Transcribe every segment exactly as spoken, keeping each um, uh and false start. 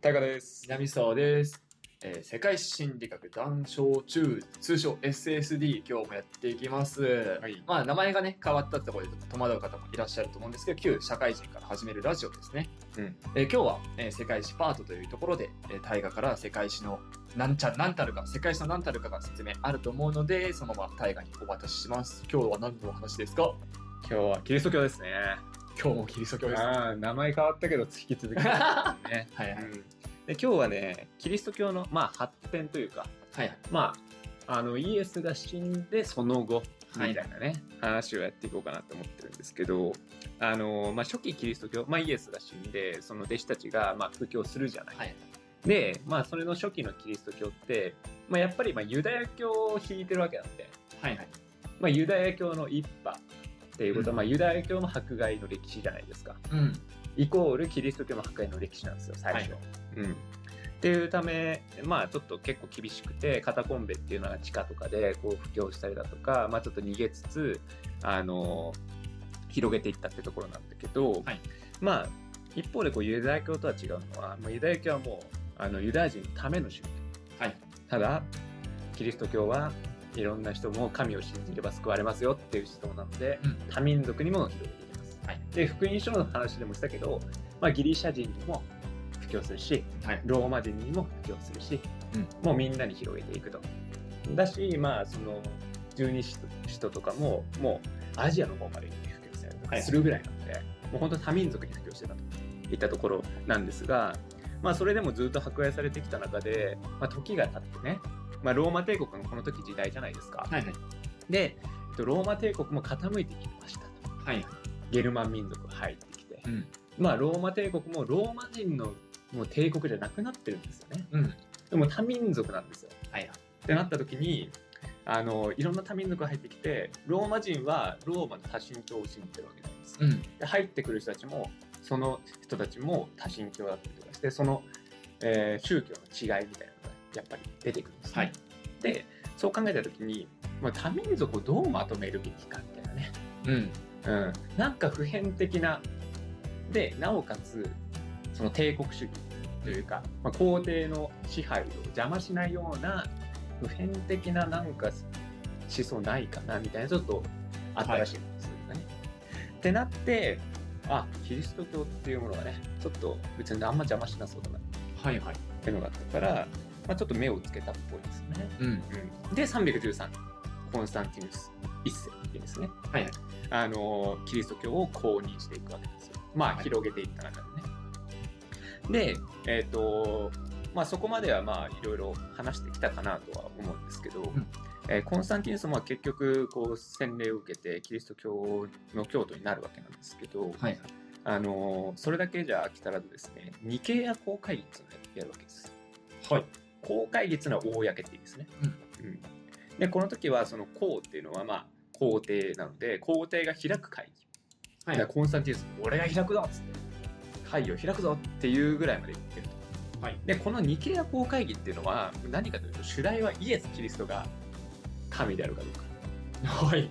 タカです。 南沢です、えー、世界心理学談笑中通称 エスエスディー 今日もやっていきます、はい、まあ名前がね変わったってところでちょっと戸惑う方もいらっしゃると思うんですけど、旧社会人から始めるラジオですね、うんえー、今日は、えー、世界史パートというところで、えー、大河から世界史のなんちゃなんたるか世界史のなんたるかが説明あると思うので、そのまま大河にお渡しします。今日は何のお話ですか？ 今日はキリスト教ですね。 今日もキリスト教です、ね、 あ名前変わったけど引き続きですねはいはい、うんで今日はねキリスト教の、まあ、発展というか、はいはい、まああのイエスが死んでその後みたいなね、はい、話をやっていこうかなと思ってるんですけど、あの、まあ、初期キリスト教、まあ、イエスが死んでその弟子たちが、まあ、布教するじゃない、はい、で、まあ、それの初期のキリスト教って、まあ、やっぱりまあユダヤ教を引いてるわけなんで、はいはいまあ、ユダヤ教の一派っていうことは、うんまあ、ユダヤ教の迫害の歴史じゃないですか、うんイコールキリスト教の迫害の歴史なんですよ最初、はいうん、っていうためまあちょっと結構厳しくてカタコンベっていうのが地下とかでこう布教したりだとか、まあ、ちょっと逃げつつあの広げていったってところなんだけど、はい、まあ一方でこうユダヤ教とは違うのは、まあ、ユダヤ教はもうあのユダヤ人のための宗教、はい、ただキリスト教はいろんな人も神を信じれば救われますよっていう思想なので、うん、多民族にも広げてはい、で福音書の話でもしたけど、まあ、ギリシャ人にも布教するし、はい、ローマ人にも布教するし、うん、もうみんなに広げていくとだし、まあその十二使徒とかももうアジアの方まで布教したりとかするぐらいなので、はい、もう本当多民族に布教してたといったところなんですが、まあ、それでもずっと迫害されてきた中で、まあ、時が経ってね、まあ、ローマ帝国のこの時時代じゃないですか、はいはい、でローマ帝国も傾いてきましたと、はいゲルマン民族が入ってきて、うん、まあローマ帝国もローマ人のもう帝国じゃなくなってるんですよね、うん、でも多民族なんですよ、はいはい、ってなった時にあのいろんな多民族が入ってきてローマ人はローマの多神教を信じてるわけなんです、うん、で入ってくる人たちもその人たちも多神教だったりとかしてその、えー、宗教の違いみたいなのがやっぱり出てくるんですね、はい、でそう考えた時に、まあ、多民族をどうまとめるべきかみたいなね、うんうん、なんか普遍的なでなおかつその帝国主義というか、まあ、皇帝の支配を邪魔しないような普遍的ななんか思想ないかなみたいなちょっと新しいんですよね、はい、ってなってあキリスト教っていうものがねちょっと別にあんま邪魔しなそうだなはいはいっていうのがあったから、まあ、ちょっと目をつけたっぽいですね、うんうん、でさんびゃくじゅうさんねんコンスタンティヌス一世っていうんですね、はいはい、あのキリスト教を公認していくわけですよ。まあ、はい、広げていった中でね。で、えっとまあ、そこまではまあいろいろ話してきたかなとは思うんですけど、うんえー、コンスタンティヌスも結局こう洗礼を受けてキリスト教の教徒になるわけなんですけど、はいはい、あのそれだけじゃ飽き足らずですねニケア公会議っていうのをやるわけです。はい、公会議っていうのは公っていいですね。うんうんでこの時はその公っていうのはまあ皇帝なので皇帝が開く会議、はい、だからコンスタンティヌス俺が開くぞっつって会議を開くぞっていうぐらいまで言ってると、はい、でこのニケア公会議っていうのは何かというと主題はイエス・キリストが神であるかどうかはい、うん、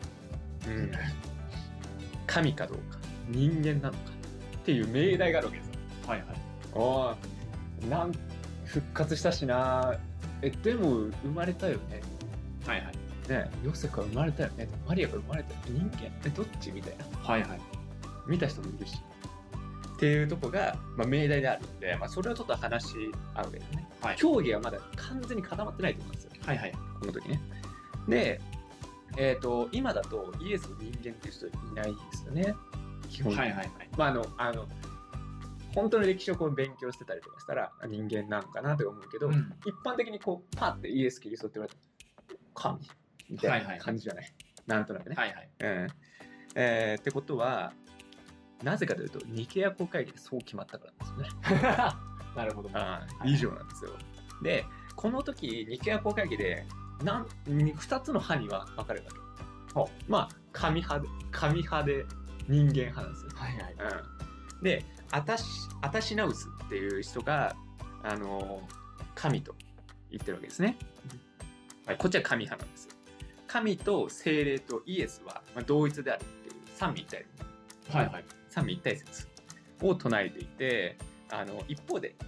神かどうか人間なのかっていう命題があるわけですよはいはいおーなん復活したしなえでも生まれたよねはいはいね、ヨセクは生まれたよねマリアが生まれたよね人間えどっちみたいなはいはい見た人もいるしっていうとこが、まあ、命題であるので、まあ、それをちょっと話し合うわけですね、はい、教義はまだ完全に固まってないと思うんですよはいはいこの時ねで、えーと、今だとイエスの人間っていう人いないですよね基本はいはいはいまああのあの本当の歴史をこう勉強してたりとかしたら人間なのかなと思うけど、うん、一般的にこうパッてイエス・キリストって言われた神みたいな感じじゃない、はいはい、なんとなくね、はいはいうんえー、ってことはなぜかというとニケア公会議でそう決まったからなんですよねなるほどあ以上なんですよ、はい、でこの時ニケア公会議でなんふたつの派には分かれるわけまあ神派で神派で人間派なんですよ、はいはいうん、でアタシアタシナウスっていう人があの神と言ってるわけですね、はい、こっちは神派なんですよ神と精霊とイエスは同一であるっていう三位一体、はいはい、三位一体説を唱えていてあの一方で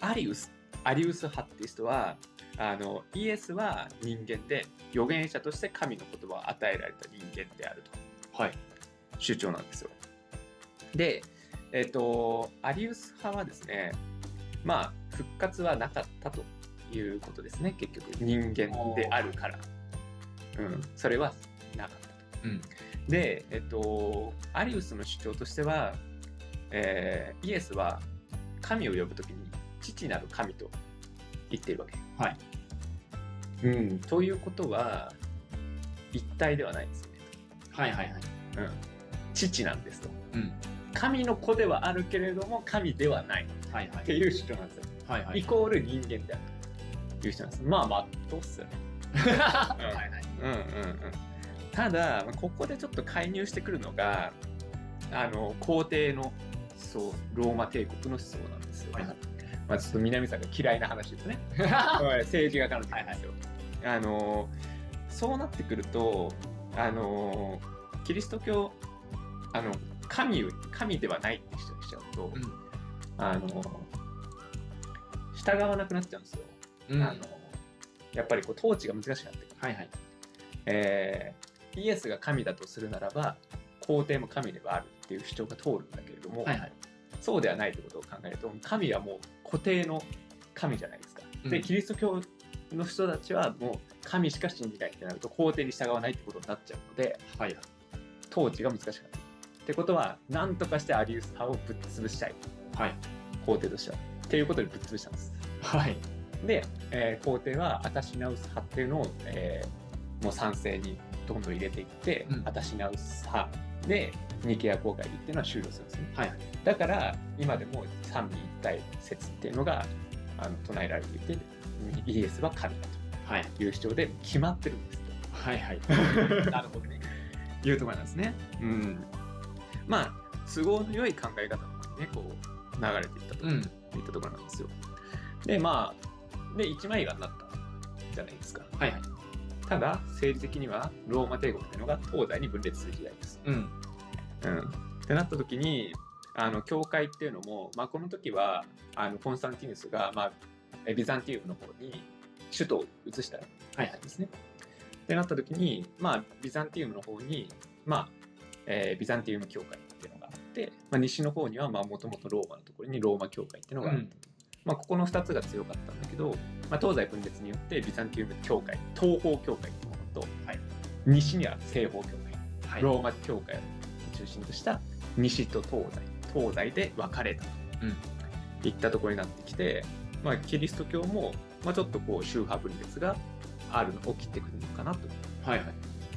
アリウスアリウス派っていう人はあのイエスは人間で預言者として神の言葉を与えられた人間であると、はい、主張なんですよ。で、えっと、アリウス派はですね、まあ復活はなかったということですね。結局人間であるから、うん、それはなかったと。うん、で、えっと、アリウスの主張としては、えー、イエスは神を呼ぶときに父なる神と言っているわけ。はい。うん、ということは一体ではないですよね。はいはいはい。うん、父なんですと。うん、神の子ではあるけれども神ではない、はいはい、っていう主張なんですよ。はいはい、イコール人間であるという人なんです。まあまあどうっすよね。はいはい。うんうんうん。ただここでちょっと介入してくるのがあの皇帝のそうローマ帝国の思想なんですよ。はいはい、まあ、ちょっと南さんが嫌いな話ですね。政治が絡んでくるんですよ。はいはい、あのそうなってくるとあのキリスト教あの 神, 神ではないって人にしちゃうと、うん、あの従わなくなっちゃうんですよ。うん、あのやっぱりこう統治が難しくなってくる。はいはいえー、イエスが神だとするならば皇帝も神ではあるっていう主張が通るんだけれども、はいはい、そうではないということを考えると神はもう固定の神じゃないですか。うん、でキリスト教の人たちはもう神しか信じないってなると皇帝に従わないってことになっちゃうので、はい、統治が難しくなってくるってことは何とかしてアリウス派をぶっ潰したい、はい、皇帝としてはっていうことでぶっ潰したんです。はい、で、えー、皇帝はアタシナウス派っていうのを、えー、もう賛成にどんどん入れていって、うん、アタシナウス派でニケア公会議っていうのは終了するんですね。はい、だから今でも三位一体説っていうのがあの唱えられていてイエスは神だという主張で決まってるんですと。はいはいなるほどねいうところなんですね。うん、まあ都合の良い考え方のねこう流れていったと、うん、いったところなんですよ。でまあで一枚岩になったじゃないですか。はいはい、ただ政治的にはローマ帝国っていうのが東西に分裂する時代です。うんうん、ってなった時にあの教会っていうのも、まあ、この時はあのコンスタンティヌスが、まあ、ビザンティウムの方に首都を移したんですね。はい、ってなった時に、まあ、ビザンティウムの方に、まあえー、ビザンティウム教会っていうのがあって、まあ、西の方にはもともとローマのところにローマ教会っていうのがあって、うんまあ、ここのふたつが強かったんだけど、まあ、東西分裂によってビザンティウム教会東方教会っていうものと、はい、西には西方教会、はい、ローマ教会を中心とした西と東西東西で分かれたと、うん、いったところになってきて、まあ、キリスト教も、まあ、ちょっとこう宗派分裂があるの起きてくるのかなと、はいはい、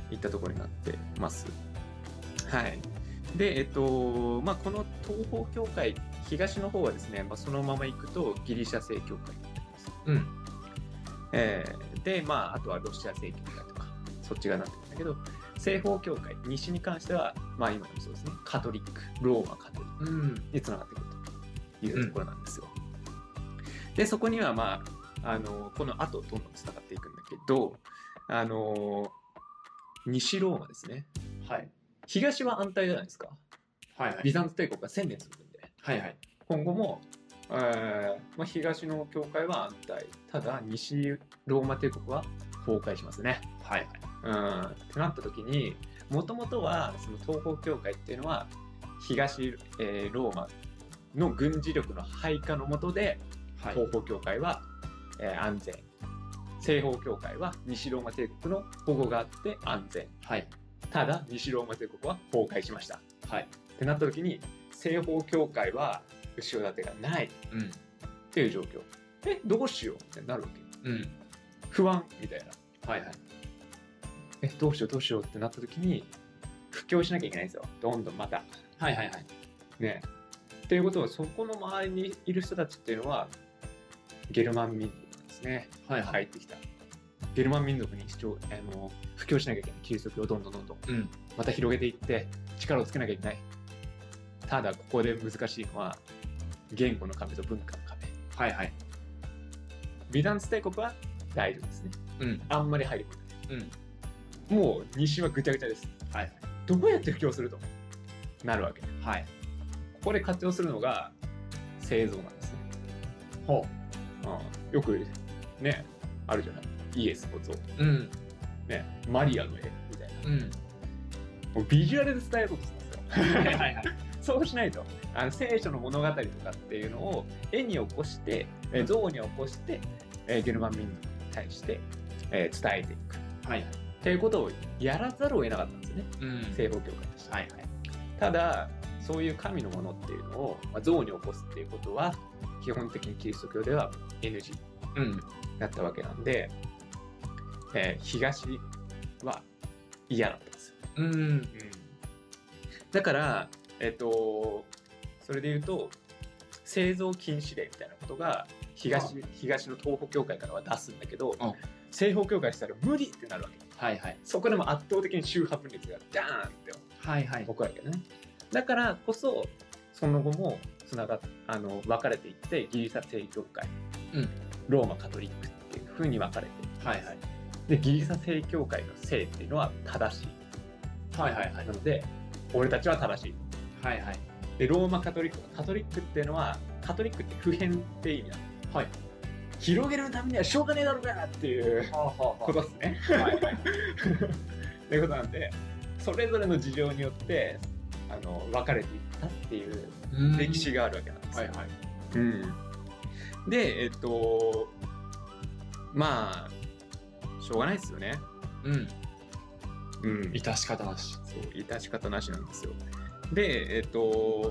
いったところになってます。はい、で、えっとまあ、この東方教会東の方はですね、まあ、そのまま行くとギリシャ正教会になります。うんえー、で、まあ、あとはロシア正教会とかそっちがなってくるんだけど西方教会西に関しては、まあ、今でもそうですねカトリックローマカトリックにつながってくるというところなんですよ。うん、でそこには、まあ、あのこの後どんどんつながっていくんだけどあの西ローマですね、はい、東は安泰じゃないですか、はいはい、ビザンツ帝国がせんねん続くんで、はいはい、今後も、えーまあ、東の教会は安泰ただ西ローマ帝国は崩壊しますね。はいはいうん、ってなった時にもともとはその東方教会っていうのは東、えー、ローマの軍事力の配下の下で、はい、東方教会は、えー、安全西方教会は西ローマ帝国の保護があって安全、はい、ただ西ローマ帝国は崩壊しました、はい、ってなった時に西方教会は後ろ盾がない、うん、っていう状況えどうしようってなるわけ、うん、不安みたいなはいはいえどうしようどうしようってなった時に布教しなきゃいけないんですよどんどんまたはいはいはいねっていうことはそこの周りにいる人たちっていうのはゲルマン民族なんですね、はいはい、入ってきたゲルマン民族に主張あの布教しなきゃいけないキリスト教をどんどんどんどん、うん、また広げていって力をつけなきゃいけないただここで難しいのは言語の壁と文化の壁はいはいビザンツ帝国は大丈夫ですね、うん、あんまり入り込んで、うんもう西はぐちゃぐちゃです、はい、どうやって布教するとなるわけ、はい、ここで活用するのが聖像なんですね。 ほう、うん、よくねあるじゃないイエスの像、うんね、マリアの絵みたいな、うん、もうビジュアルで伝えようとするんですよはいはい、はい、そうしないとあの聖書の物語とかっていうのを絵に起こして、うん、像に起こして、えー、ゲルマン民族に対して、えー、伝えていく、はい、っていうことをやらざるを得なかったんですよね、うん、西方教会として、はいはい、ただそういう神のものっていうのを、まあ、像に起こすっていうことは基本的にキリスト教では エヌジー だったわけなんで、うんえー、東は嫌だったんですよ、うんうん、だからえっとそれで言うと製造禁止令みたいなことが 東, 東の東方教会からは出すんだけど、うん、西方教会したら無理ってなるわけ、はいはい、そこでも圧倒的に宗派分裂がダーンって起こるわけだね、だからこそその後もつながあの分かれていってギリシャ正教会、うん、ローマカトリックっていう風に分かれて、はいはい、でギリシャ正教会の正っていうのは正しい、はいはいはい、なので俺たちは正しい、はいはい、でローマカトリックカトリックっていうのはカトリックって普遍って意味なの、はい、広げるためにはしょうがねえだろうなっていうことですね、はいはい、ということなんでそれぞれの事情によってあの分かれていったっていう歴史があるわけなんですよ、はいはいうん、でえっとまあしょうがないですよねうん、うん、 致し方なしそう致し方なしなんですよでえっと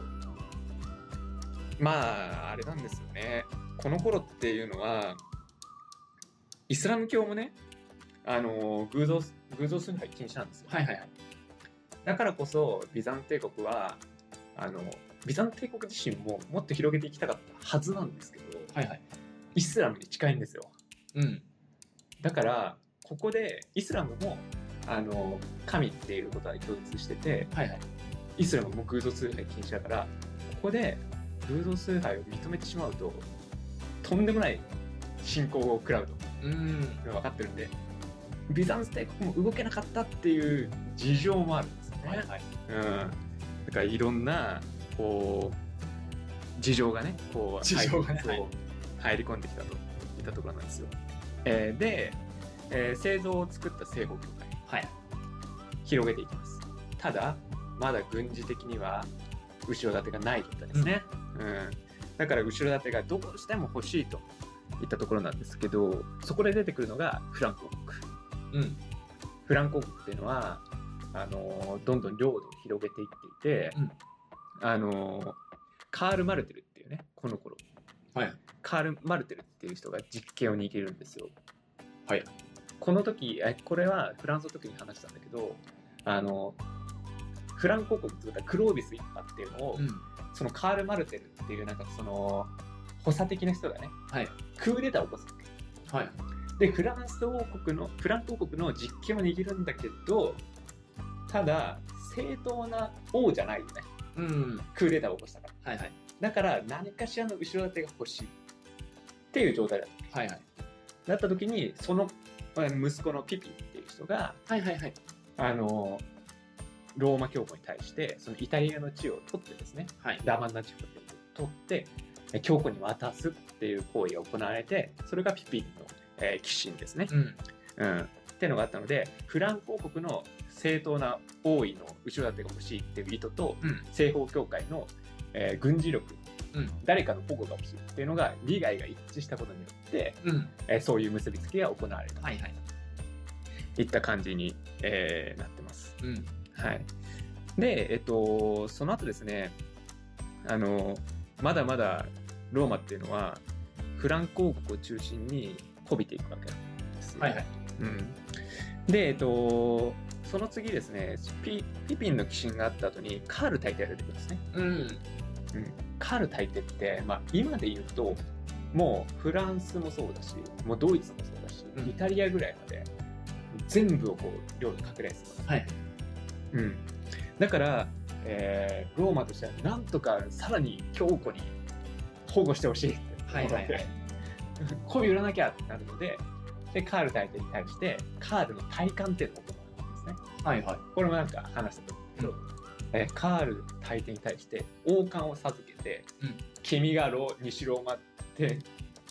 まああれなんですよねこの頃っていうのはイスラム教もねあの偶像偶像崇拝禁止なんですよはいはいはいだからこそビザン帝国はあのビザン帝国自身ももっと広げていきたかったはずなんですけど、はいはい、イスラムに近いんですよ、うん、だからここでイスラムもあの神っていうことは共通してて、はいはい、イスラムも偶像崇拝禁止だからここで偶像崇拝を認めてしまうととんでもない信仰を食らうとうん分かってるんでビザンツ帝国も動けなかったっていう事情もあるんですよね、はいはいうん、だからいろんなこう事情がねこう事情がね入り込んできたといったところなんですよ、えー、で、えー、製造を作った西方教会、はい、広げていきますただまだ軍事的には後ろ盾がない状態ですね、うんうん、だから後ろ盾がどうしても欲しいといったところなんですけどそこで出てくるのがフランク王国、うん、フランク王国っていうのはあのどんどん領土を広げていっていて、うん、あのカール・マルテルっていうねこの頃、はい、カール・マルテルっていう人が実権を握るんですよ、はい、この時これはフランスの時に話したんだけどあのフランク王国って言ったクロービス一派っていうのを、うん、そのカール・マルテルっていうなんかその補佐的な人がね、はい、クーデターを起こすわけ、はい、でフランス王国のフランク王国の実権を握るんだけどただ正当な王じゃないよね、うん、クーデターを起こしたから、はいはい、だから何かしらの後ろ盾が欲しいっていう状態だった、はいはい、だった時にその息子のピピっていう人が、はいはいはい、あのローマ教皇に対してそのイタリアの地を取ってですね、はい、ラマンナ地方を取って教皇に渡すっていう行為が行われてそれがピピンの、えー、寄進ですね、うんうん、っていうのがあったのでフランク王国の正当な王位の後ろ盾が欲しいっていう意図と、うん、西方教会の、えー、軍事力、うん、誰かの保護が欲しいっていうのが利害が一致したことによって、うんえー、そういう結びつきが行われた、はいはい、いった感じに、えー、なってます、うんはい、で、えっと、その後ですねあのまだまだローマっていうのはフランク王国を中心にこびていくわけなんですよ、はいはいうん、で、えっと、その次ですね ピ, ピピンの寄進があった後にカール大帝が出てくるんですね、うんうん、カール大帝って、まあ、今で言うともうフランスもそうだしもうドイツもそうだし、うん、イタリアぐらいまで全部をこう領土拡大する、はいうん、だから、えー、ローマとしてはなんとかさらに強固に保護してほしいって思って、はいはいはい、媚び売らなきゃってなるので、でカール大帝に対してカールの戴冠っていうのを行うんですね。はいはい。これもなんか話したと思うけど、うんえー、カール大帝に対して王冠を授けて、うん、君がロ西ローマって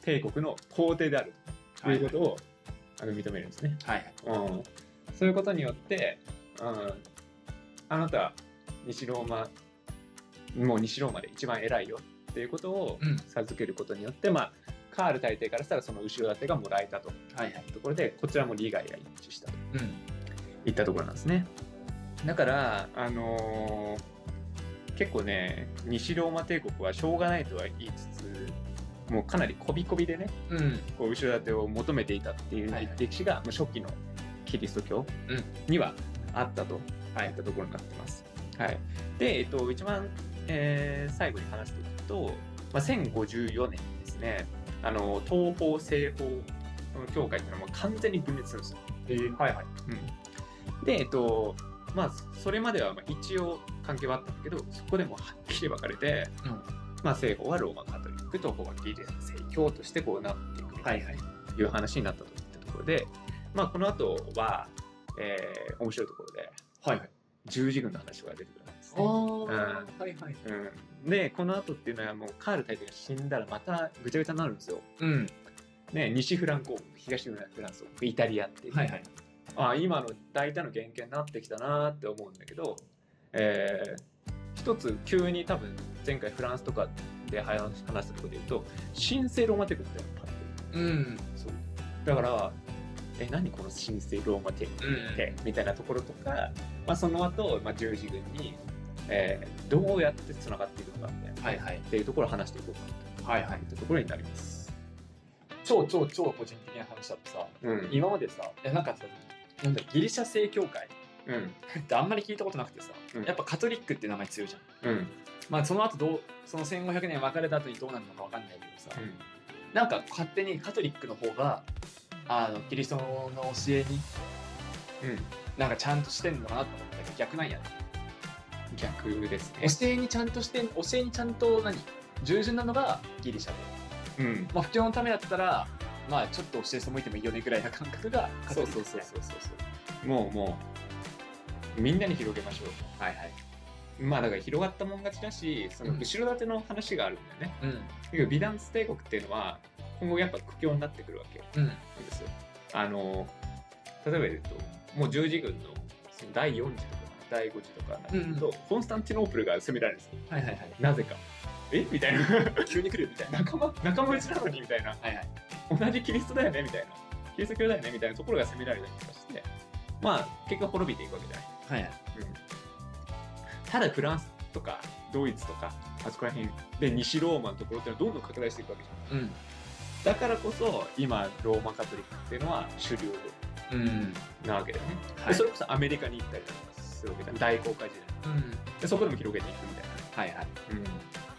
帝国の皇帝であるということを、はいはい、あの認めるんですね。はいはい、うん、そういうことによって、うん、あなたは西ローマもう西ローマで一番偉いよっていうことを授けることによって、うん、まあカール大帝からしたらその後ろ盾がもらえたと、はいはい、ところでこちらも利害が一致したと、うん、いったところなんですね。だからあのー、結構ね西ローマ帝国はしょうがないとは言いつつもうかなりこびこびでね、うん、こう後ろ盾を求めていたっていう歴史が、はいはい、初期のキリスト教にはあったといったところになってます。はい、で、えっと、一番、えー、最後に話していくと、まあ、せんごじゅうよねんにですね、あの東方西方教会っていうのはもう完全に分裂するんですよ。えー、はいはい。うん、で、えっと、まあ、それまではまあ一応関係はあったんだけど、そこでもはっきり分かれて、うん、まあ、西方はローマカトリック、東方はキリスト教としてこうなっていくという話になったといったところで、まあ、この後は、えー、面白いところで、はいはい、十字軍の話が出てくるんですね。あ、うん、はいはい、うん。で、この後っていうのはもうカール大帝が死んだらまたぐちゃぐちゃになるんですよ。うん。ね、西フランク王国、東フランス王国、イタリアっていう、はいはい、あ、今の大体の原型になってきたなって思うんだけど、えー、一つ急に多分前回フランスとかで話したところで言うと、神聖ローマ帝国ってパッと、うん、そう。だから、え、何この神聖ローマ帝国って、うん、みたいなところとか、まあ、その後、まあ、十字軍に、えー、どうやってつながっていくのかみたいな、はいはい、っていうところを話していこうかなと、はいはい、というところになります。 超超超個人的な話だとさ、うん、今までさ、なんかさ、なんだギリシャ正教会、うん、ってあんまり聞いたことなくてさ、うん、やっぱカトリックって名前強いじゃん。うん、まあその後どうそのせんごひゃくねん別れた後にどうなるのかわかんないけどさ、うん、なんか勝手にカトリックの方があのキリストの教えに、うん、なんかちゃんとしてんのかなと思ったけど逆なんやね。 逆ですね。 教えにちゃんとして教えにちゃんと何従順なのがギリシャで、うん、まあ布教のためだったらまあちょっと教え背いてもいいよねぐらいな感覚がカトリックですね。そうそうそうそうそう。もうもうみんなに広げましょう。はいはい。まあだから広がったもん勝ちだし、その後ろ盾の話があるんだよね。うん。ビザンツ帝国っていうのは今後やっぱ苦境になってくるわけですよ。うん、あの例えば言うともう十字軍のそのだいよん次とかだいご次とかになると、うんうん、コンスタンティノープルが攻められるんですよ。はいはいはい。なぜか。えみたいな。 急に来るみたいな。 仲間仲間内なのにみたいな。はいはい。同じキリストだよねみたいな。キリスト教だよねみたいなところが攻められたりとかして、まあ結局滅びていくわけじゃない。はいはい。うん、ただフランスとかドイツとかあそこら辺で西ローマのところっていうのはどんどん拡大していくわけじゃん。うん。だからこそ今ローマカトリックっていうのは主流なわけだよね。はい、でそれこそアメリカに行ったりとかするわけじゃん。大航海時代、うん、でそこでも広げていくみたいな。はいはい。うん、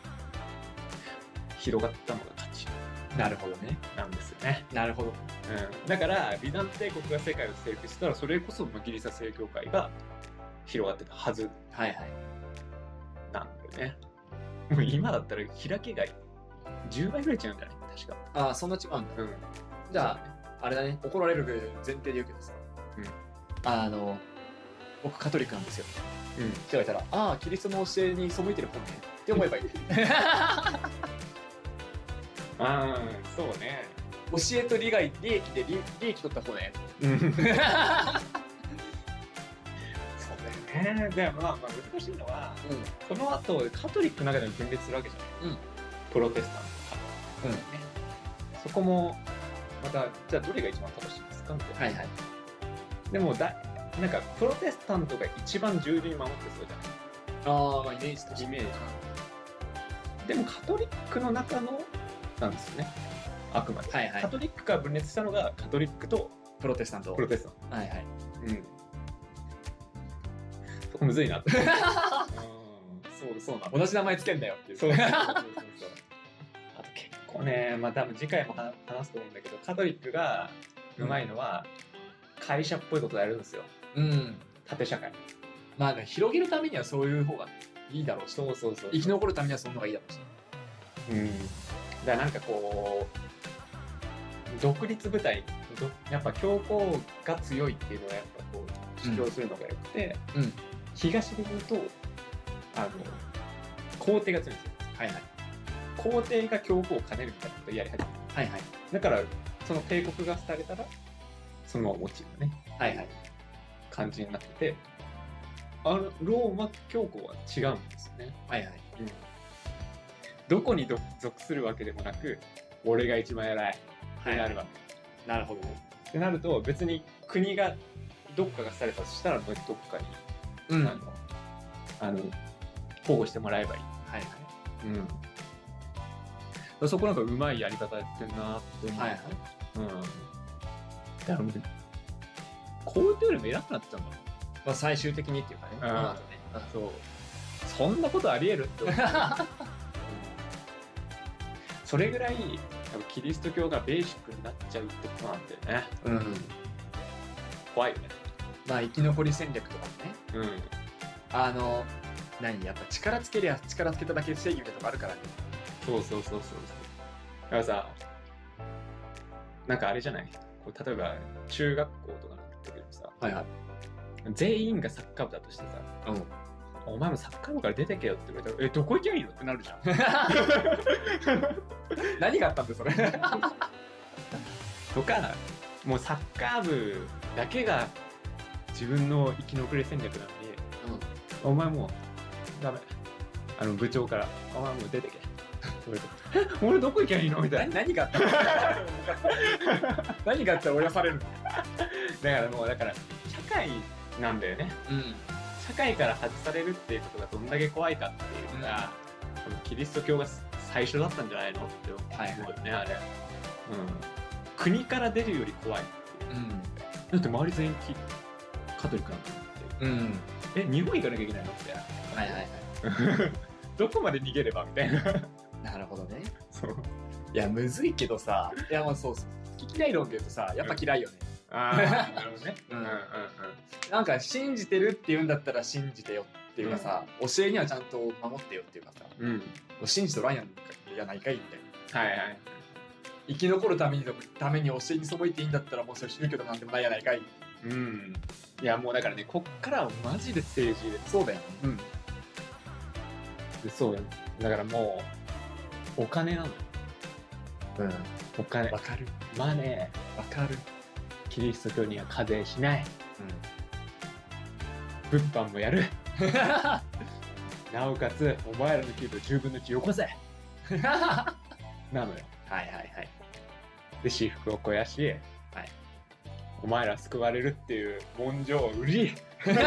広がったのが勝ち。 なるほどね。 なんですよね。 なるほど。 うん、だからビザンツ帝国が世界を征服したらそれこそギリシャ正教会が広がってたはず。はいはい。なんだよね。もう今だったら開けがじゅうばいぐらい違うんじゃない？確か。 ああ、そんな違うんだ。うん。じゃあ、ね、あれだね、怒られる前提で言うけどさ、うん、あの、僕カトリックなんですよ。うん。って言われたら、ああ、キリストの教えに背いてる本ねって思えばいい。 ああ、そうね。 教えと利害、利益で利利益取った方ね。うん。そうだよね。でもまあまあ難しいのは、うん、その後カトリックの中でも分裂するわけじゃない。うん。プロテスタントか。うん。ね。そこもまたじゃあどれが一番正しいですかみたいな。はいはい。でもだなんかプロテスタントが一番従順に守ってそうじゃない。 ああ、まあイメージとして。イメージ。 でもカトリックの中のなんですよね。あくまで、はいはい、カトリックから分裂したのがカトリックとプロテスタント。 プロテスタント。 はいはい。うん。 そこむずいなって。うん、そうそうな。 同じ名前つけんだよっていう。 そうそうそうそう。あと結構ね、まあ多分次回も話すと思うんだけど、カトリックがうまいのは、うん、会社っぽいことをやるんですよ。うん。縦社会。 まあ広げるためにはそういう方がいいだろうし、 そうそうそう。 生き残るためにはその方がいいだろうし。 うん。だからなんかこう。独立部隊やっぱ教皇が強いっていうのはやっぱこう主張するのがよくて、うんうん、東で言うとあの皇帝が強いんですよ。はいはい。 皇帝が教皇を兼ねるみたいなことをやり始めた。 はいはい。 だからその帝国が廃れたらそのまま落ちるね。 はいはい。 感じになってて、あのローマ教皇は違うんですよね。 はいはい。 うん、どこに属するわけでもなく、俺が一番偉いってなるわけ。 はいはい、なるほどね。 ってなると別に国がどっかがされたとしたらもうどっかに、うん、あのあの保護してもらえばいい。はいはい。うん。そこなんかうまいやり方やってんなって思う。はいはい。うん。だから皇帝よりも偉くなっちゃうんだもん。 まあ最終的にっていうかね。うん、まあね。 そう。そんなことありえるって思う。それぐらい多分キリスト教がベーシックになっちゃうってことなんだよね。うん。怖いよね。 まあ生き残り戦略とかもね。うん。あの何やっぱ力つけりゃ力つけただけで正義みたいなとこあるからね。 そうそうそうそう。だからさ、なんかあれじゃない。こう例えば中学校とかなんだけどさ、はいはい、全員がサッカー部だとしてさ、うん、お前もサッカー部から出てけよって言われたら、え、どこ行きゃいいのってなるじゃん。 何があったんだそれ。 とか、もうサッカー部だけが自分の生き残り戦略なのに、うん、お前もうダメ。あの部長から、お前もう出てけ。俺どこ行きゃいいのみたいな。 何があったの何があったら俺はされるの。だからもうだから社会なんだよね、うん、社会から外されるっていうことがどんだけ怖いかっていうのが、うん、キリスト教が最初だったんじゃないのって思うよね、はい、あれ、うん、国から出るより怖いっていう、うん、だって周り全員カトリックなんだって、うん、え日本行かなきゃいけないのみたいな、はいはいはい、どこまで逃げればみたいな。 なるほどね。そう。いや、むずいけどさ、いや、もうそうそう。好き嫌い論で言うとさ、やっぱ嫌いよね。うん、ああ、なるほどね。うんうんうん。なんか、信じてるって言うんだったら信じてよっていうかさ、うん、教えにはちゃんと守ってよっていうかさ、うん、もう信じとらんやんやないかいみたいな。はいはい。生き残るために、ために教えに背いていいんだったら、もうそれ宗教となんでもないやないかい。 うん。いや、もうだからね、こっからはマジで政治で。 そうだよね。うん。 でそうよ。だからもう、お金なの。うん。お金。 わかる。 マネー。わかる。 キリスト教には課税しない。うん。物販もやる。なおかつ、お前らの給料じゅうぶんのいちよこせ。なのよ。 はいはいはい。 で、私服を肥やし、はい。お前ら救われるっていう文書を売り。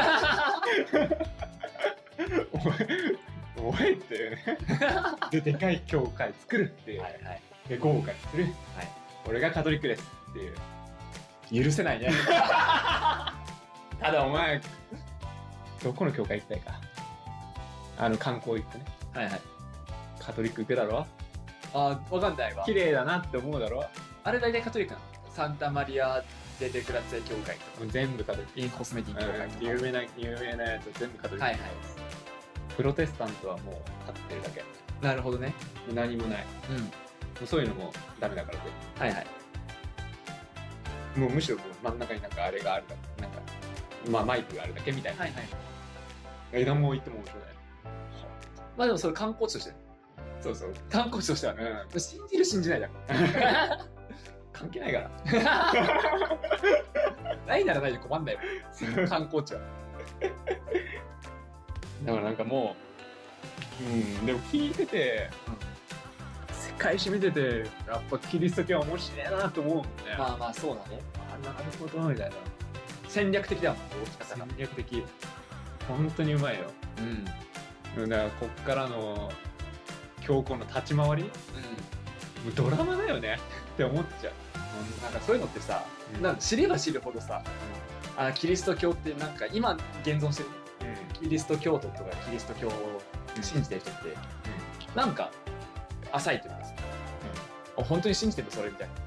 お前おいっていうね。で、でかい教会作るっていう。はいはい。で、豪華にする。はい。俺がカトリックですっていう。許せないね。ただお前、どこの教会行きたいか。あの、観光行ってね。はいはい。カトリック行くだろ。 あー、わかんないわ。 綺麗だなって思うだろ。 あれ大体カトリックなの？サンタマリア・デ・デ・グラッツェ教会とか。 全部カトリック。 インコスメティック教会とか。 有名な、有名なやつ全部カトリック。はいはい。プロテスタントはもう立ってるだけ。 なるほどね。 何もない。うん。もうそういうのもダメだからで。はいはい。もうむしろもう真ん中になんかあれがあるだけ。なんか、まあマイクがあるだけみたいな。はいはい。枝も置いても面白い。 まあでもそれ観光地として。 そうそう。 観光地としてはね。うん、信じる信じないだから。 関係ないから。 ないならないで困んないよ。観光地は。 だからなんかもう、うん、でも聞いてて、うん、世界史見てて、やっぱキリスト教は面白いなと思うもんね。 まあまあそうだね。 あ、なるほどみたいな。 戦略的だもん、 戦略的。本当にうまいよ。うん。だからこっからの教皇の立ち回り、うん、もうドラマだよねって思っちゃう。 なんかそういうのってさ、うん、なんか知れば知るほどさ、うん、あキリスト教ってなんか今現存してる。キリスト教徒とかキリスト教を信じてる人って、うん、なんか浅いというかさ、うん、本当に信じてるのそれみたいな、うん、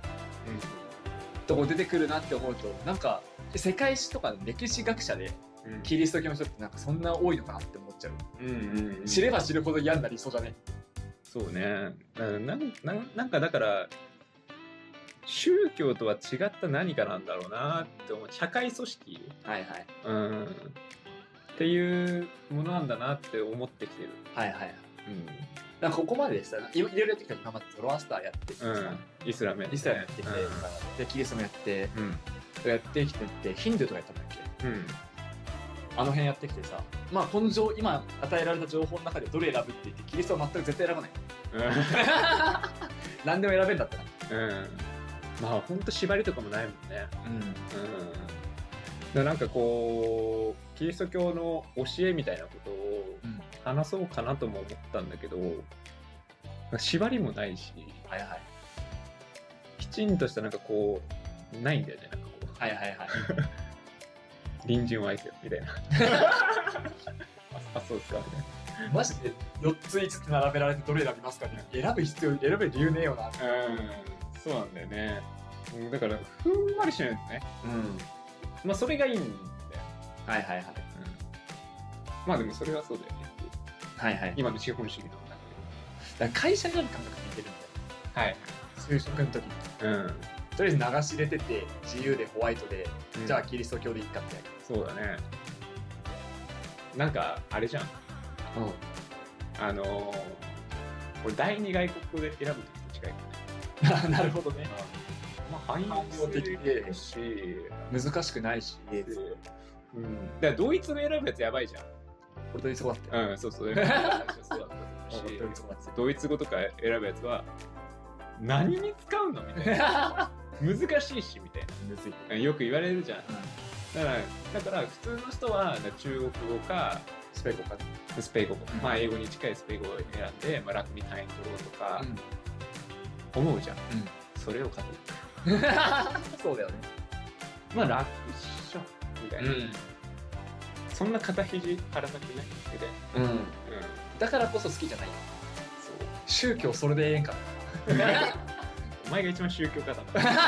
とこ出てくるなって思うとなんか世界史とかの歴史学者で、うん、キリスト教の人ってなんかそんな多いのかなって思っちゃう、うんうんうん、知れば知るほど嫌になりそうじゃね。 そうね。な, な, なんかだから宗教とは違った何かなんだろうなって思う。社会組織、はいはい、うんっていうものなんだなって思ってきてる。はいはい。うん。 なんかここまででさ、いろいろやってきた今までゾロアスターやってきてさ、うん、 イスラムやって、 イスラムやってきて、うん、でキリストもやって、うん、やってきてってヒンドゥーとかやったんだっけ、うん、あの辺やってきてさ、まあこの情今与えられた情報の中でどれ選ぶって言ってキリストは全く絶対選ばない、うん、何でも選べんだったら、うん、 まあほんと縛りとかもないもんね、うんうん、だなんかこうキリスト教の教えみたいなことを話そうかなとも思ったんだけど、縛りもないし、はいはい、きちんとしたなんかこうないんだよね、なんかこう、はいはいはい隣人を愛せよみたいなあ, あそうですかみたいな、 マジでよっついつつ並べられてどれ選びますかね、選ぶ必要選ぶ理由ねえよな。うん、 そうなんだよね。だからふんわりしないとね、うん、まあそれがいいんだよ。はいはいはい、うん、まあでもそれはそうだよね。はいはい、今の資本主義の中でだから会社になる感覚似てるんだよ。はい、就職の時に、うん、とりあえず流し入れてて自由でホワイトで、うん、じゃあキリスト教でいいかってやる。 そうだね。なんかあれじゃん、うん、あのー、これ第二外国語で選ぶ時と近いかねなるほどね。 まあ汎用的でし難しくないし、うん、 だからドイツ語選ぶやつやばいじゃん。 俺ドイツ語だったよ。うん、そうそう。そうだったし、 ドイツ語とか選ぶやつは何に使うのみたいな。難しいしみたいな。むずい。よく言われるじゃん。だからだから普通の人は中国語かスペイン語か、 スペイン語、まあ英語に近いスペイン語を選んで、まあ楽に単位取ろうとか思うじゃん。それをカトリック。そうだよね。 まあ楽っしょみたいな。そんな肩肘張らなくないみたいな、うんうん、 だからこそ好きじゃない。そう宗教それでええんかお前が一番宗教家だ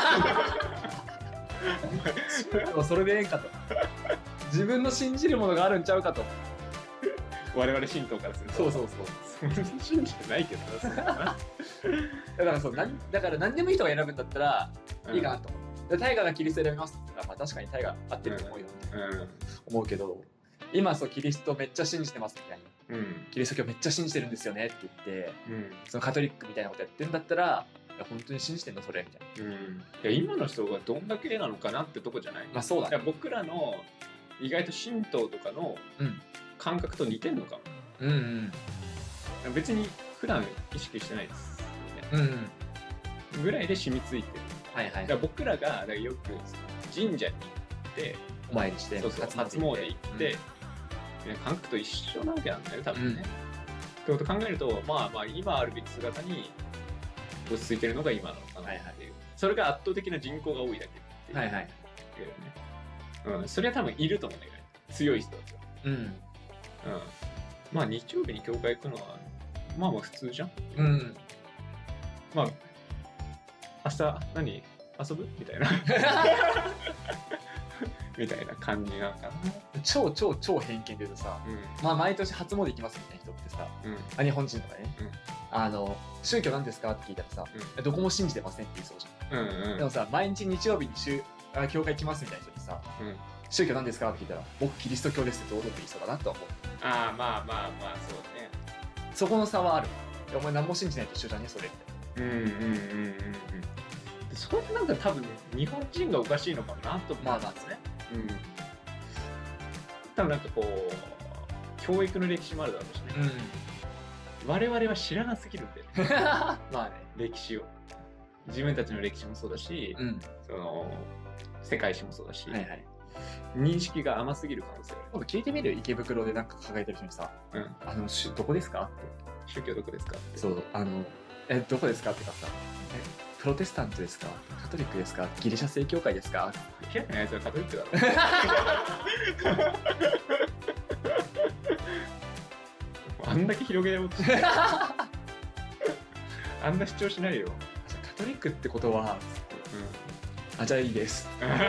宗教それでええんかと自分の信じるものがあるんちゃうかと我々神道からすると。 そうそうそうそんな信じてないけどなだからそう何だから何でもいい人が選ぶんだったらいいかなと思う、うん、タイガーがキリスト選びますって言ったら、まあ、確かにタイガー合ってると思うよ、うんうん、思うけど今そうキリストめっちゃ信じてますみたいな、うん、キリスト教めっちゃ信じてるんですよねって言って、うん、そのカトリックみたいなことやってるんだったら、いや本当に信じてんのそれみたいな、うん、いや今の人がどんだけなのかなってとこじゃない。 まあそうだね。 僕らの意外と神道とかの感覚と似てんのかも、うんうん、別に普段意識してないですよね、うんうん、ぐらいで染みついてる、はいはい、だから僕らがだからよく神社に行ってお参りして、 そうそう初詣行って、うん、感覚と一緒なわけなんだよ多分ね、うん、ってこと考えるとまあまあ今あるべき姿に落ち着いてるのが今なのかなっていう、はいはい、それが圧倒的な人口が多いだけっていう、はいはい、うん、それは多分いると思うんだよね、強い人たちは、うんうん、まあ日曜日に教会行くのはまあまあ普通じゃん、うん、まあ明日何遊ぶみたいなみたいな感じなのかな。 超超超偏見で言うとさ、うん、まあ毎年初詣行きますみたいな人ってさ、うん、日本人とかね、うん、あの宗教なんですかって聞いたらさ、うん、どこも信じてませんって言いそうじゃん、うんうん、でもさ毎日日曜日に週あ教会行きますみたいな人にさ、うん、宗教なんですかって聞いたら僕キリスト教ですって堂々と言いそうだなと思う。 ああまあまあまあそうね。 そこの差はある。お前何も信じないと一緒じゃねそれみたいな。うんうんうんうんうん。 それってなんか多分ね日本人がおかしいのかもなと思うんですね。うん。多分なんかこう教育の歴史もあるだろうしね。うん、我々は知らなすぎるんで、ね、まあね歴史を自分たちの歴史もそうだし、うん、その世界史もそうだし、はいはい、認識が甘すぎる可能性。 今度聞いてみる池袋でなんか抱えてる人にさ、うん、あのどこですかって宗教どこですかって。 そうあのえどこですかってかさえプロテスタントですかカトリックですかギリシャ正教会ですか明らかにあいつはカトリックだろあんだけ広げようとしてあんな主張しないよ。 カトリックってことは、うん、あじゃあいいです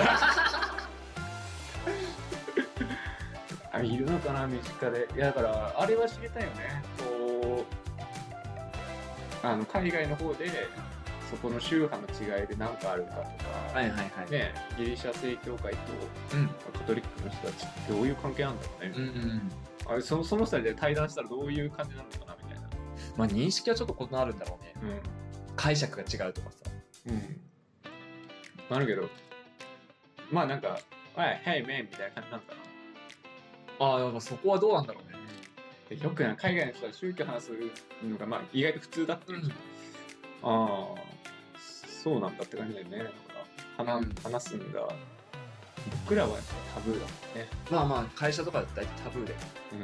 あいるのかな身近で。いやだからあれは知りたいよね。こうあの海外の方でそこの宗派の違いで何かあるかとか、はいはいはいね、ギリシャ正教会と、うん、カトリックの人たちってどういう関係なんだろうね、うんうん、あれ そ, その人で対談したらどういう感じなのかなみたいな。 まあ認識はちょっと異なるんだろうね、うん、解釈が違うとかさ、 うん、あるけどまあなんか「はい、Hey man」みたいな感じなんだな。 ああ、そこはどうなんだろうね。 でよく海外の人は宗教話すのがまあ意外と普通だっていう、うん、ああそうなんだって感じだよね。なんか 話,、うん、話すんだ。僕らはやっぱタブーだもんね。 まあまあ会社とかだと大体タブーで、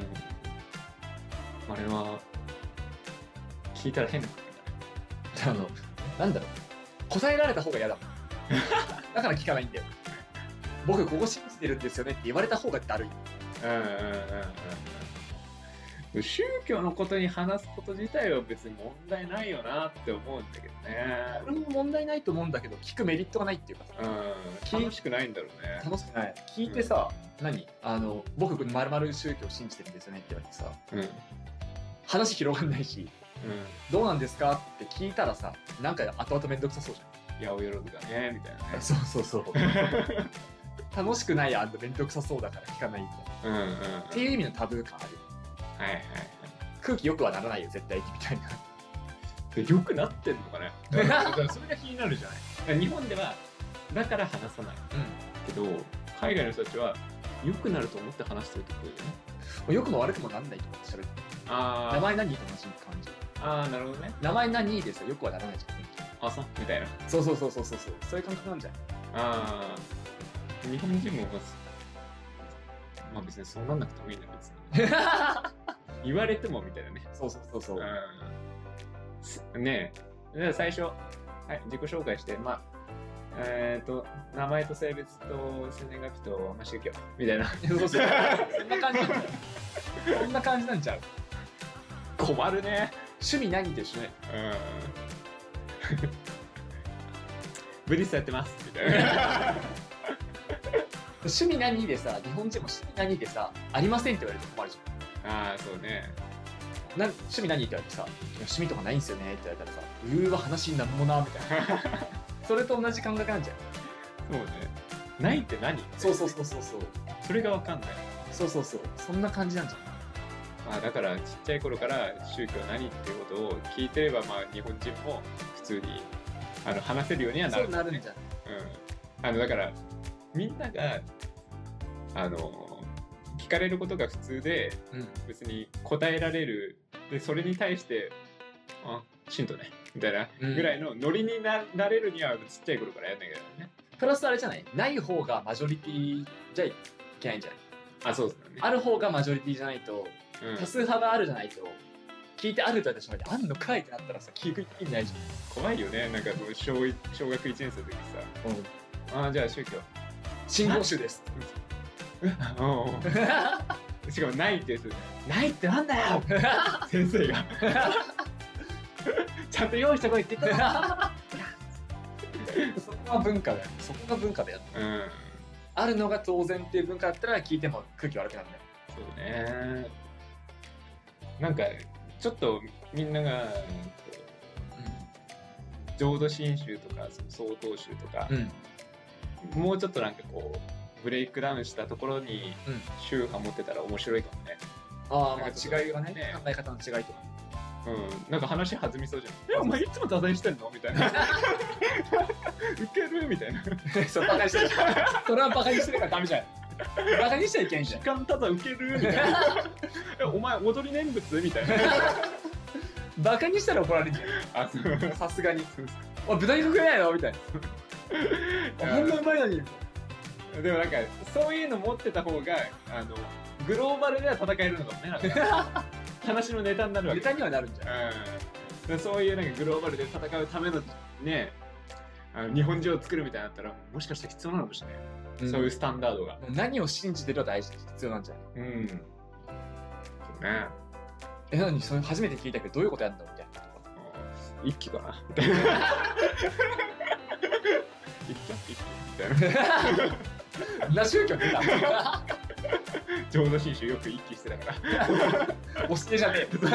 うん、あれは聞いたら変な感じだね。あのなんだろう、答えられた方が嫌だもんだから聞かないんだよ。僕ここ信じてるんですよねって言われた方がだるい。うんうんうんうん、宗教のことに話すこと自体は別に問題ないよなって思うんだけどね。 俺も問題ないと思うんだけど聞くメリットがないっていうかさ、 うん、楽しくないんだろうね。 楽しくない。聞いてさ、うん、何あの僕まるまる宗教を信じてるんですよねって言われてさ、うん、話広がんないし、うん、どうなんですかって聞いたらさ、なんか後々めんどくさそうじゃん。 いやおよろずがねみたいなね。 そうそうそう楽しくないやんとめんどくさそうだから聞かないみたいな、うんうんうん、っていう意味のタブー感ある。はいはいはい。空気よくはならないよ絶対みたいな。 でよくなってんのかね。それが気になるじゃない。日本ではだから話さない、うん、けど海外の人たちはよくなると思って話してるってことだよね。よくも悪くもなんないと思ってしゃべる。あ名前何って話に感じる。 ああなるほどね。 名前何ですよよくはならないじゃん。あそうみたいな。 そうそうそうそうそうそういう感覚なんじゃない。ああ日本人もまあ別にそうなんなくてもいいんだ別に言われてもみたいなね。 そうそうそうそう、 うん、ねえ最初、はい、自己紹介してまあえっ、ー、と名前と性別と生年月日と、まあ、宗教みたいなそうそうそんな感じなんちゃうそんな感じなんちゃう。 困るね。 趣味何って一緒ね。 うんブリストやってますみたいな趣味何でさ、日本人も趣味何でさ、ありませんって言われると困るじゃん。ああ、そうね。 な趣味何って言われてさ、趣味とかないんすよねって言われたらさ、うーわ、話になんもな、みたいな。それと同じ感覚なんじゃん。 そうね。ないって何？ そうそうそうそうそう。 それがわかんない。 そうそうそう。そんな感じなんじゃん。 まあだからちっちゃい頃から宗教何っていうことを聞いてれば、まあ日本人も普通にあの話せるようにはなる、 ね。そうなるんじゃん。 うん。あのだからみんながあの聞かれることが普通で、うん、別に答えられるでそれに対してあ信徒ねみたいなぐらいのノリに な, なれるにはちっちゃい頃からやんなきゃいけないね。 プラスあれじゃない？ない方がマジョリティじゃいけないんじゃない？ あ、そうですね。 ある方がマジョリティじゃないと、うん、多数派があるじゃないと聞いてあると言ってしまってあんのかいってなったらさ聞く意味ないじゃん。怖いよね。なんか小小学いちねん生の時さ、うん、あじゃあ宗教信号宗ですしかもないってやつないってなんだよ先生がちゃんと用意してこいって言ったそこが文化だよ。そこが文化だよ、うん、あるのが当然っていう文化だったら聞いても空気悪くなるんだよ。 そうね。なんかちょっとみんなが、うん、浄土真宗とか曹洞宗とか、うん、もうちょっとなんかこうブレイクダウンしたところに宗派持ってたら面白いかもね。 ああ、まあ違いがね、考え方の違いとか。 うん、なんか話弾みそうじゃん。え、お前いつもダサいしてんのみたいな。ウケるみたいな。 そう、バカにしてる。それはバカにしてるからダメじゃん。バカにしちゃいけんじゃん。 時間ただウケるみたいな。え、お前踊り念仏みたいな。 バカにしたら怒られるじゃん。あ、そう。さすがに。おい、豚肉食えないのみたいな。こんなうまいのに。 でもなんかそういうの持ってた方があのグローバルでは戦えるのかもね。なんか話のネタになるわけ。 ネタにはなるんじゃない、 うん、そういうなんかグローバルで戦うためのねあの日本人を作るみたいになったらもしかして必要なのかもしれない、うん、そういうスタンダードが何を信じてるか大事必要なんじゃない。うんそうね。 え、なにそれ初めて聞いたけどどういうことやるんだみたいな。 一気かなみたいな一気一気みたいなな宗教ってな浄土真宗よく一気してたから教えじゃねえ教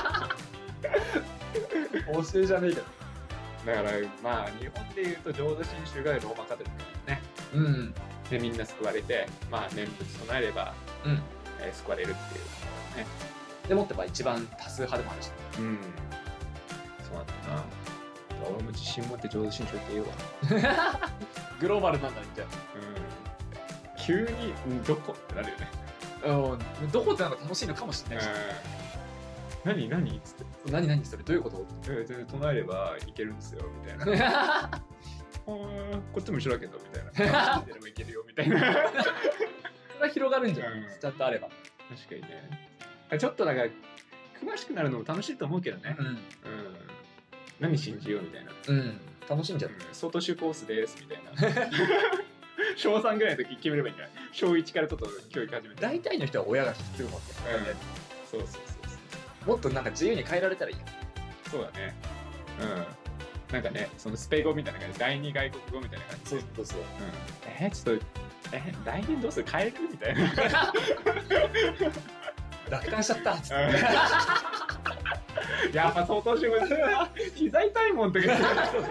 えじゃねえけど。 だからまあ日本でいうと浄土真宗がローマカトリックだね。うんでみんな救われてまあ念仏唱えれば、うんえー、救われるっていうね。 でもってば一番多数派でもあるし、 うん、そうなんだな。俺も自信持って浄土真宗って言うわ。 グローバルなんだみたいな。 うん、急に、うん、どこってなるよね。 うん、どこってなんか楽しいのかもしれないし、 うん、何何っつって、 何何それどういうこと？ えー、唱えればいけるんですよみたいな。こっちも一緒だけどみたいな。でもいけるよみたいな。それは広がるんじゃない、うん、ちゃんとあれば。 確かにね。ちょっとなんか詳しくなるのも楽しいと思うけどね。うん。うん、何信じようみたいな。 うん。楽しんじゃう。 外種コースですみたいな。しょうさんぐらいの時決めればいいんじゃない？しょういちからちょっと教育始めて。 大体の人は親が引き継ぐもんね。 うん。そうそうそうそう。 もっとなんか自由に変えられたらいいよ。 そうだね。うん。なんかね、そのスペイ語みたいな感じで、第二外国語みたいな感じで。 そうそうそう。うん、 えー、ちょっと、え、来年どうする？変えるみたいな。 楽観しちゃったっつって。 やっぱ相当しむずいな。膝痛いもんって楽観しちゃったーっ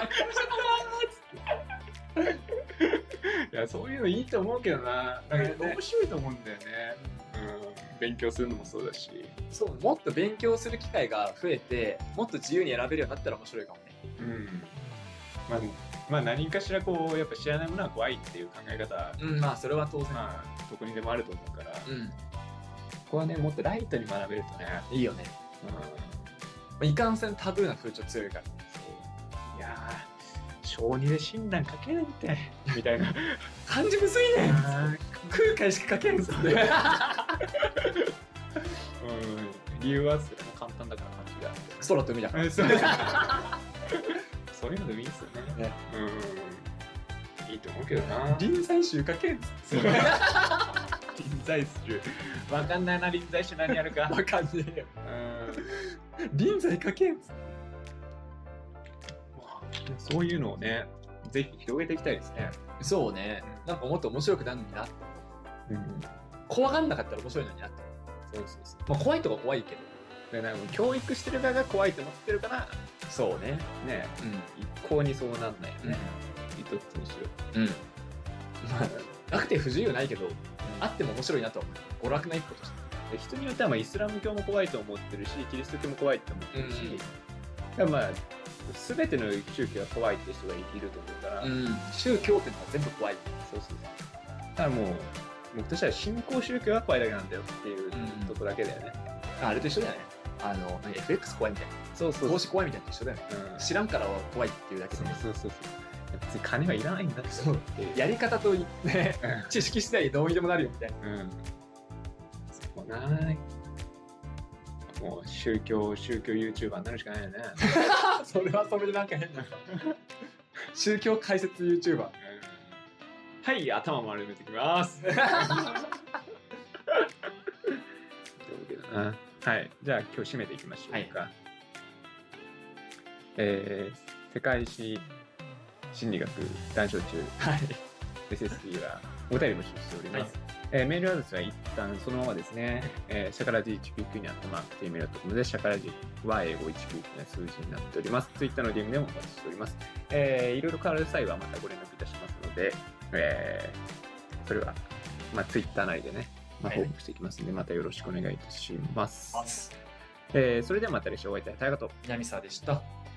つって。いや、そういうのいいと思うけどな。なんか面白いと思うんだよね。うん、勉強するのもそうだし。 そう、もっと勉強する機会が増えて、もっと自由に選べるようになったら面白いかもね。 うん。まあ、まあ、何かしらこうやっぱ知らないものは怖いっていう考え方、 うん、まあそれは当然、 まあ、どこにでもあると思うから、 うん、 ここはねもっとライトに学べるとねいいよね。うん、いかんせんタブーな風潮強いから。 そういやー小にで診断書けないってみたいな漢字むずいね空海しか書けんすって。うん、 理由はそれも簡単だから漢字が空と海だから。 そういうのでもいいですよね。ね、うん、いいと思うけどな。 臨済宗書けんす。臨済宗。わかんないな、臨済宗何やるか。 わかんねえよ。うん。臨済書けんす。 そういうのをね、ぜひ広げていきたいですね。 そうね。なんかもっと面白くなるのになって。うん。怖がんなかったら面白いのになって。 そうそうそう。 まあ怖いとか怖いけど。だから教育してる側が怖いと思ってるから。 そうね。 ね、うん、一向にそうなんないよね。うん、一つにしよう。うん。 まあ、なくて不自由ないけど、うん、あっても面白いなと思う。娯楽な一歩として。 で人によってはまあイスラム教も怖いと思ってるし、キリスト教も怖いと思ってるし、うん、まあ、すべての宗教は怖いって人がいると思うから、うん、 宗教ってのは全部怖い。 そうそうそう。だからもう、僕としては信仰宗教は怖いだけなんだよっていうとこだけだよね。 うん、あれと一緒だよね。あの エフエックス 怖いみたいな。 そうそうそう。 投資怖いみたいな一緒だよね。うん、知らんからは怖いっていうだけで、ね。 そうそうそう。別に金はいらないんだって。 そうやり方と、ね、知識次第でどうにでもなるよみたいな。うん。 そこない。もう宗教、宗教 YouTuber になるしかないよね。 それはそれでなんか変な。宗教解説 YouTuber。うん、 はい、頭丸めてきます。はい、じゃあ今日締めていきましょうか。はい、えー、世界史心理学談笑中、はい、エスエスディー はお便り募集しております。はい、えー、メールアドレスは一旦そのままですね、えー、シャカラジいちきゅうきゅうにあったマーク ティーメールドットコム でシャカラジは英語いちきゅうきゅうの数字になっております。ツイッターの ディーエム でもお待ちしております。えー、いろいろ変わる際はまたご連絡いたしますので、えー、それは、まあ、ツイッター内でね、まあ、報告していきますので、またよろしくお願いいたします。はい、えー、それではまた来週お会いいたい。ありがとう。 南沢でした。